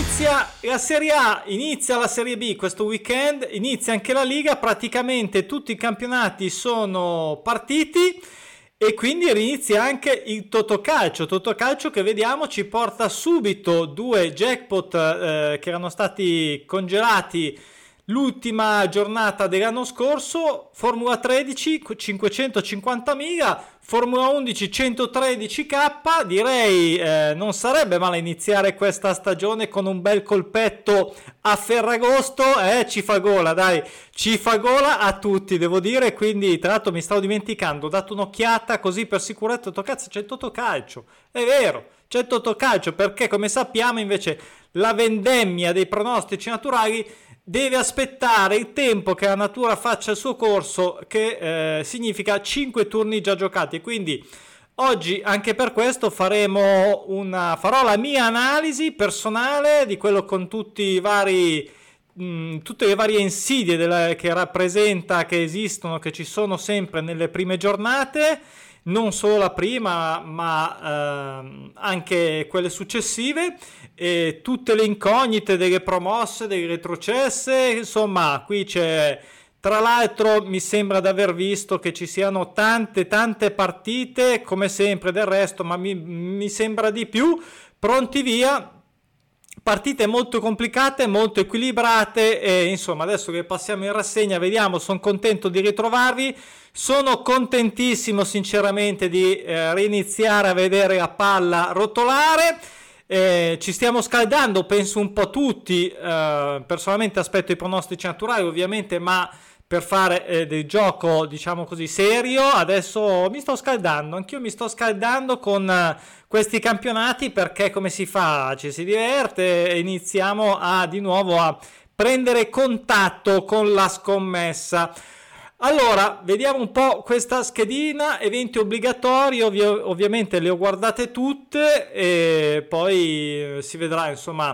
Inizia la Serie A, inizia la Serie B questo weekend, inizia anche la Liga, praticamente tutti i campionati sono partiti e quindi inizia anche il Totocalcio. Totocalcio che vediamo ci porta subito due jackpot che erano stati congelati l'ultima giornata dell'anno scorso. Formula 13 550.000, Formula 11 113k. Direi non sarebbe male iniziare questa stagione con un bel colpetto a Ferragosto, ci fa gola, dai, ci fa gola a tutti, devo dire. Quindi tra l'altro mi stavo dimenticando, ho dato un'occhiata così per sicurezza, ho detto cazzo c'è il Totocalcio, è vero, c'è il Totocalcio, perché come sappiamo invece la vendemmia dei pronostici naturali deve aspettare il tempo che la natura faccia il suo corso, che significa 5 turni già giocati. Quindi oggi anche per questo farò la mia analisi personale di quello, con tutte le varie insidie che rappresenta, che esistono, che ci sono sempre nelle prime giornate, non solo la prima ma anche quelle successive, e tutte le incognite delle promosse, delle retrocesse. Insomma, qui c'è, tra l'altro mi sembra di aver visto che ci siano tante partite come sempre del resto, ma mi sembra di più. Pronti via, partite molto complicate, molto equilibrate, e insomma adesso che passiamo in rassegna vediamo. Sono contento di ritrovarvi, sono contentissimo sinceramente di reiniziare a vedere la palla rotolare. Ci stiamo scaldando, penso un po' tutti. Personalmente aspetto i pronostici naturali ovviamente, ma per fare del gioco diciamo così serio adesso mi sto scaldando, anch'io mi sto scaldando con questi campionati, perché come si fa? Ci si diverte e iniziamo di nuovo a prendere contatto con la scommessa. Allora, vediamo un po' questa schedina, eventi obbligatori, ovviamente le ho guardate tutte e poi si vedrà insomma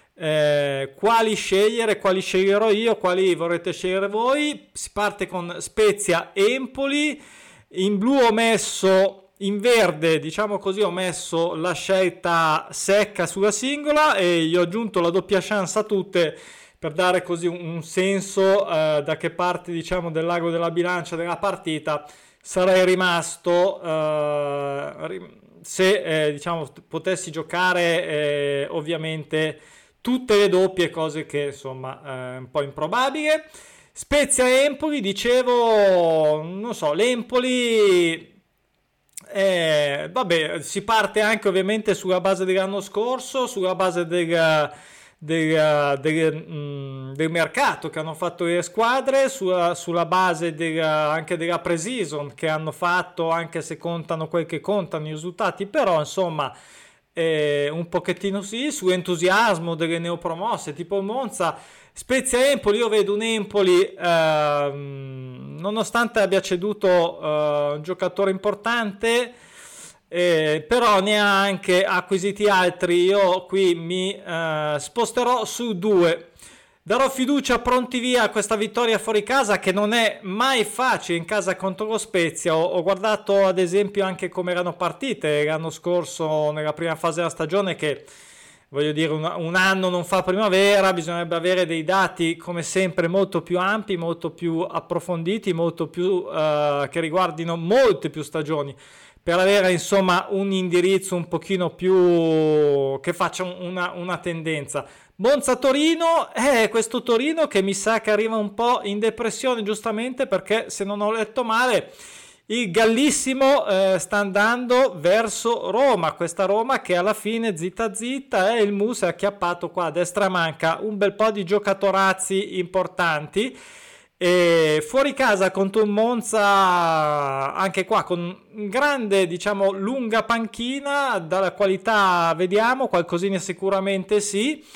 quali scegliere, quali sceglierò io, quali vorrete scegliere voi. Si parte con Spezia Empoli, in blu ho messo, in verde diciamo così ho messo la scelta secca sulla singola e gli ho aggiunto la doppia chance a tutte, per dare così un senso da che parte diciamo del lago della bilancia della partita sarei rimasto se diciamo potessi giocare ovviamente tutte le doppie, cose che insomma è un po' improbabile. Spezia-Empoli, dicevo, non so, l'Empoli vabbè, si parte anche ovviamente sulla base dell'anno scorso, sulla base del mercato che hanno fatto le squadre, sulla base anche della pre-season che hanno fatto, anche se contano quel che contano i risultati, però insomma un pochettino sì, su entusiasmo delle neopromosse tipo Monza. Spezia-Empoli, io vedo un Empoli nonostante abbia ceduto un giocatore importante, però ne ha anche acquisiti altri. Io qui mi sposterò su due, darò fiducia pronti via a questa vittoria fuori casa, che non è mai facile in casa contro lo Spezia. Ho guardato ad esempio anche come erano partite l'anno scorso nella prima fase della stagione, che voglio dire un anno non fa primavera, bisognerebbe avere dei dati come sempre molto più ampi, molto più approfonditi, molto più che riguardino molte più stagioni, per avere insomma un indirizzo un pochino più che faccia una tendenza. Monza-Torino, questo Torino che mi sa che arriva un po' in depressione, giustamente, perché se non ho letto male il Gallissimo sta andando verso Roma, questa Roma che alla fine zitta il Mus è acchiappato qua a destra manca un bel po' di giocatorazzi importanti. E fuori casa contro un Monza anche qua con grande diciamo lunga panchina, dalla qualità vediamo qualcosina sicuramente sì,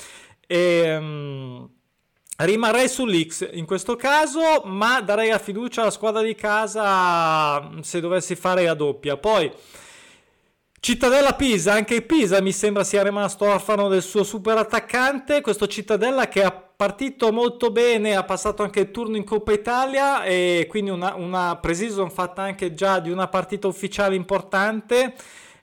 rimarrei sull'X in questo caso, ma darei la fiducia alla squadra di casa se dovessi fare la doppia. Poi Cittadella Pisa, anche il Pisa mi sembra sia rimasto orfano del suo super attaccante, questo Cittadella che ha partito molto bene, ha passato anche il turno in Coppa Italia e quindi una pre-season fatta anche già di una partita ufficiale importante,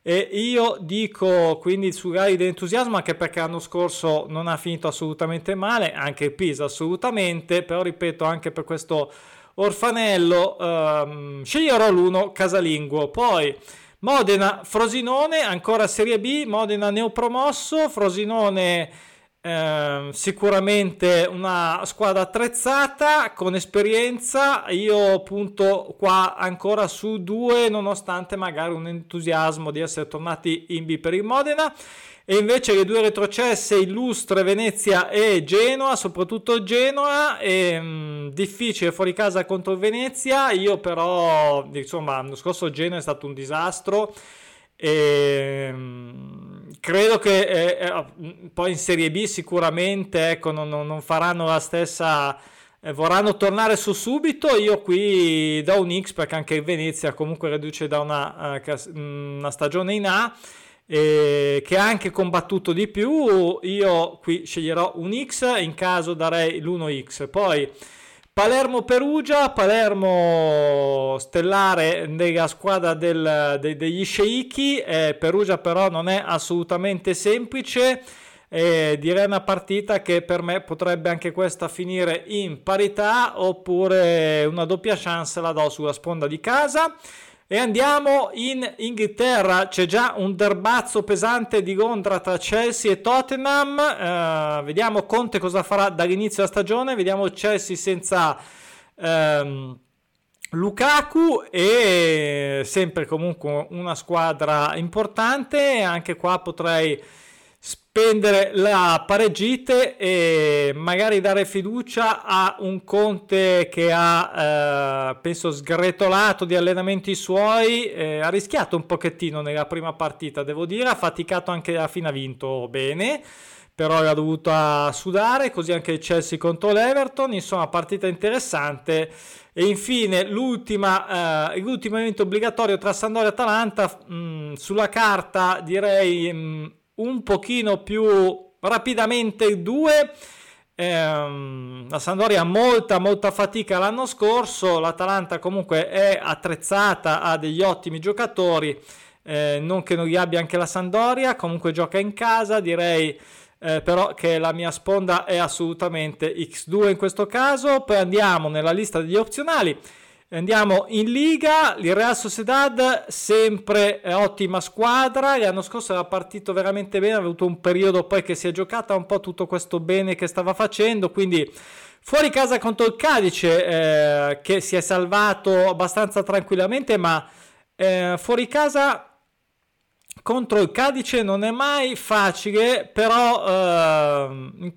E io dico quindi su gare di entusiasmo, anche perché l'anno scorso non ha finito assolutamente male, anche il Pisa assolutamente, però ripeto, anche per questo orfanello sceglierò l'1 casalingo. Poi Modena Frosinone, ancora Serie B, Modena neopromosso, Frosinone sicuramente una squadra attrezzata con esperienza. Io punto qua ancora su 2, nonostante magari un entusiasmo di essere tornati in B per il Modena. E invece le 2 retrocesse illustre Venezia e Genoa, soprattutto Genoa, difficile fuori casa contro il Venezia. Io però, insomma, l'anno scorso Genoa è stato un disastro e credo che poi in Serie B sicuramente, ecco, non faranno la stessa, vorranno tornare su subito. Io qui do un X, perché anche il Venezia comunque riduce da una stagione in A, che ha anche combattuto di più. Io qui sceglierò un X, in caso darei l'1X. Poi Palermo-Perugia, Palermo stellare della squadra degli sceicchi, Perugia però non è assolutamente semplice, direi una partita che per me potrebbe anche questa finire in parità, oppure una doppia chance la do sulla sponda di casa. E andiamo in Inghilterra, c'è già un derbazzo pesante di Londra tra Chelsea e Tottenham. Vediamo Conte cosa farà dall'inizio della stagione, vediamo Chelsea senza Lukaku, e sempre comunque una squadra importante. Anche qua potrei spendere la pareggite e magari dare fiducia a un Conte che ha penso sgretolato di allenamenti suoi, ha rischiato un pochettino nella prima partita, devo dire, ha faticato anche alla fine, ha vinto bene, però era dovuta sudare, così anche il Chelsea contro l'Everton, insomma partita interessante. E infine l'ultimo evento obbligatorio tra Sampdoria e Atalanta, sulla carta direi un pochino più rapidamente il 2. La Sampdoria ha molta fatica l'anno scorso, l'Atalanta comunque è attrezzata, ha degli ottimi giocatori, non che non li abbia anche la Sampdoria, comunque gioca in casa, direi però che la mia sponda è assolutamente X2 in questo caso. Poi andiamo nella lista degli opzionali. Andiamo in Liga, il Real Sociedad sempre ottima squadra, l'anno scorso era partito veramente bene, ha avuto un periodo poi che si è giocata un po' tutto questo bene che stava facendo, quindi fuori casa contro il Cadice che si è salvato abbastanza tranquillamente, ma fuori casa contro il Cadice non è mai facile, però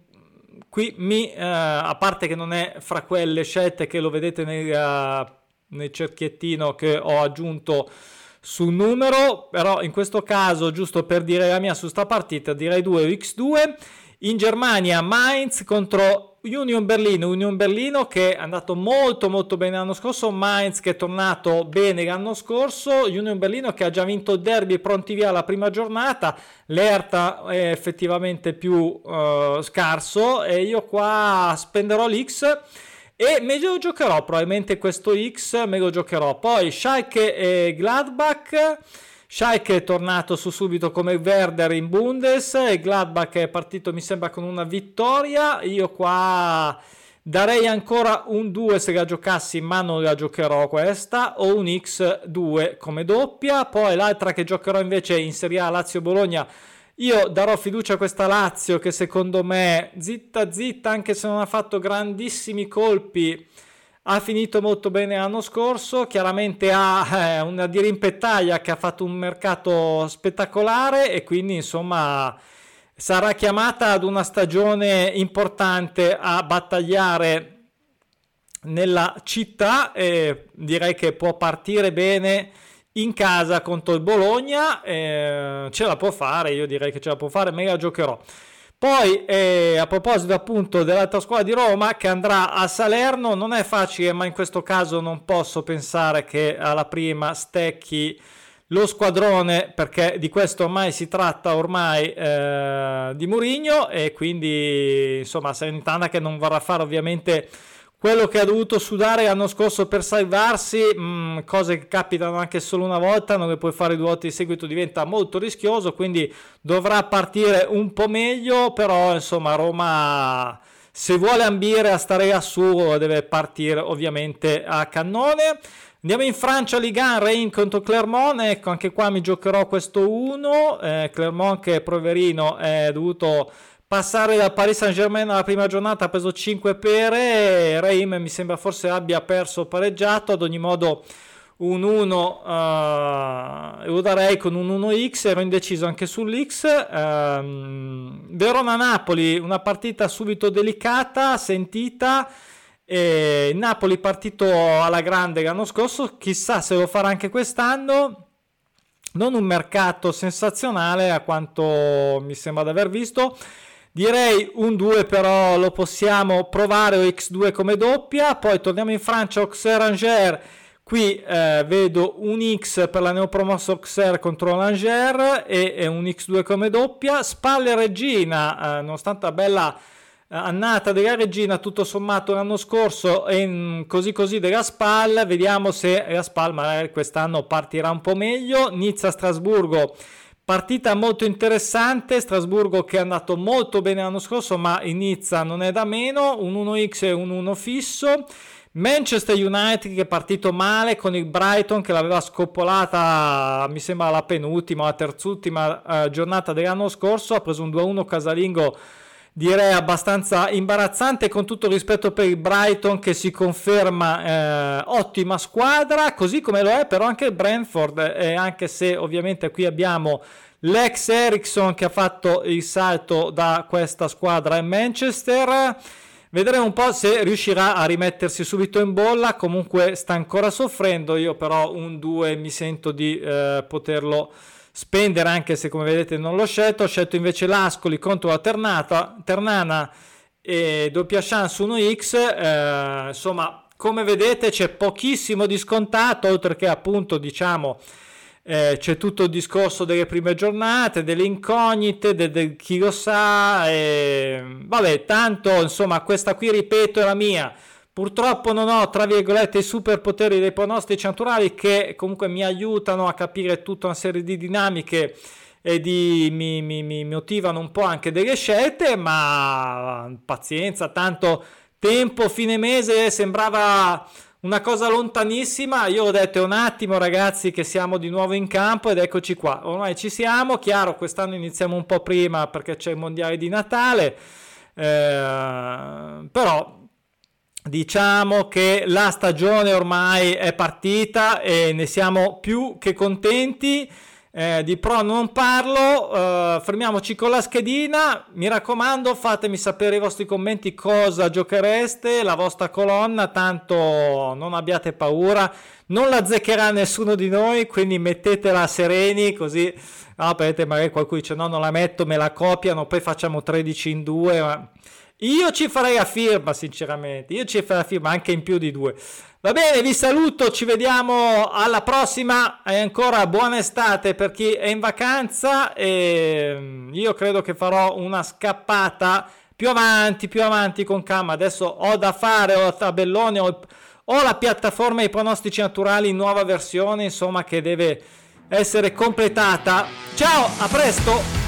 qui a parte che non è fra quelle scelte che lo vedete nel cerchiettino che ho aggiunto sul numero, però in questo caso, giusto per dire la mia su sta partita, direi 2x2. In Germania Mainz contro Union Berlino che è andato molto bene l'anno scorso, Mainz che è tornato bene l'anno scorso, Union Berlino che ha già vinto il derby pronti via la prima giornata, l'Hertha è effettivamente più scarso, e io qua spenderò l'X e me lo giocherò, probabilmente questo X me lo giocherò. Poi Schalke e Gladbach, Schalke è tornato su subito come Werder in Bundes, e Gladbach è partito mi sembra con una vittoria. Io qua darei ancora un 2 se la giocassi, ma non la giocherò questa, o un X2 come doppia. Poi l'altra che giocherò invece in Serie A, Lazio-Bologna, io darò fiducia a questa Lazio che secondo me zitta anche se non ha fatto grandissimi colpi, ha finito molto bene l'anno scorso, chiaramente ha una dirimpettaia che ha fatto un mercato spettacolare e quindi insomma sarà chiamata ad una stagione importante a battagliare nella città, e direi che può partire bene in casa contro il Bologna, ce la può fare, io direi che ce la può fare, me la giocherò. Poi a proposito appunto dell'altra squadra di Roma che andrà a Salerno, non è facile, ma in questo caso non posso pensare che alla prima stecchi lo squadrone, perché di questo ormai si tratta ormai di Mourinho, e quindi insomma Salernitana che non vorrà fare ovviamente quello che ha dovuto sudare l'anno scorso per salvarsi, cose che capitano anche solo una volta, non le puoi fare 2 volte di seguito, diventa molto rischioso, quindi dovrà partire un po' meglio, però insomma Roma, se vuole ambire a stare a su, deve partire ovviamente a cannone. Andiamo in Francia, Ligue 1, Reims contro Clermont. Ecco, anche qua mi giocherò questo 1. Clermont, che poverino è dovuto passare dal Paris Saint-Germain alla prima giornata, ha preso 5 pere. Reims mi sembra forse abbia perso o pareggiato. Ad ogni modo un 1 lo darei con un 1x, ero indeciso anche sull'X. Verona-Napoli, una partita subito delicata, sentita. Napoli partito alla grande l'anno scorso, chissà se lo farà anche quest'anno. Non un mercato sensazionale a quanto mi sembra di aver visto. Direi un 2, però lo possiamo provare, o x2 come doppia. Poi torniamo in Francia, Auxerre-Angers. Qui vedo un X per la neopromossa Auxerre contro l'Angers e un x2 come doppia. Spalle-Reggina, nonostante la bella annata della Reggina, tutto sommato l'anno scorso, e così della Spal, vediamo se la Spal magari quest'anno partirà un po' meglio. Nizza-Strasburgo, partita molto interessante. Strasburgo che è andato molto bene l'anno scorso, ma in Nizza non è da meno. Un 1x e un 1 fisso. Manchester United che è partito male con il Brighton, che l'aveva scoppolata mi sembra la penultima o la terzultima giornata dell'anno scorso, ha preso un 2-1 casalingo direi abbastanza imbarazzante, con tutto rispetto per il Brighton che si conferma ottima squadra, così come lo è però anche il Brentford, anche se ovviamente qui abbiamo l'ex Eriksson che ha fatto il salto da questa squadra in Manchester. Vedremo un po' se riuscirà a rimettersi subito in bolla, comunque sta ancora soffrendo. Io però un 2 mi sento di poterlo spendere, anche se come vedete non l'ho scelto. Ho scelto invece l'Ascoli contro la Ternana e doppia chance 1x. Insomma, come vedete c'è pochissimo di scontato, oltre che appunto diciamo c'è tutto il discorso delle prime giornate, delle incognite, del chi lo sa, vabbè, tanto insomma questa qui, ripeto, è la mia. Purtroppo non ho, tra virgolette, i superpoteri dei pronostici naturali, che comunque mi aiutano a capire tutta una serie di dinamiche e mi motivano un po' anche delle scelte, ma pazienza, tanto tempo, fine mese sembrava una cosa lontanissima. Io ho detto è un attimo ragazzi che siamo di nuovo in campo, ed eccoci qua, ormai ci siamo. Chiaro, quest'anno iniziamo un po' prima perché c'è il mondiale di Natale, però diciamo che la stagione ormai è partita e ne siamo più che contenti. Di pro non parlo. Fermiamoci con la schedina. Mi raccomando, fatemi sapere i vostri commenti, cosa giochereste, la vostra colonna, tanto non abbiate paura, non la azzeccherà nessuno di noi, quindi mettetela sereni, così no, perché magari qualcuno dice no, non la metto, me la copiano, poi facciamo 13 in 2, ma io ci farei la firma, sinceramente, io ci farei la firma anche in più di 2. Va bene, vi saluto, ci vediamo alla prossima e ancora buona estate per chi è in vacanza, e io credo che farò una scappata più avanti con calma. Adesso ho da fare, ho il tabellone, ho la piattaforma dei pronostici naturali in nuova versione, insomma, che deve essere completata. Ciao, a presto!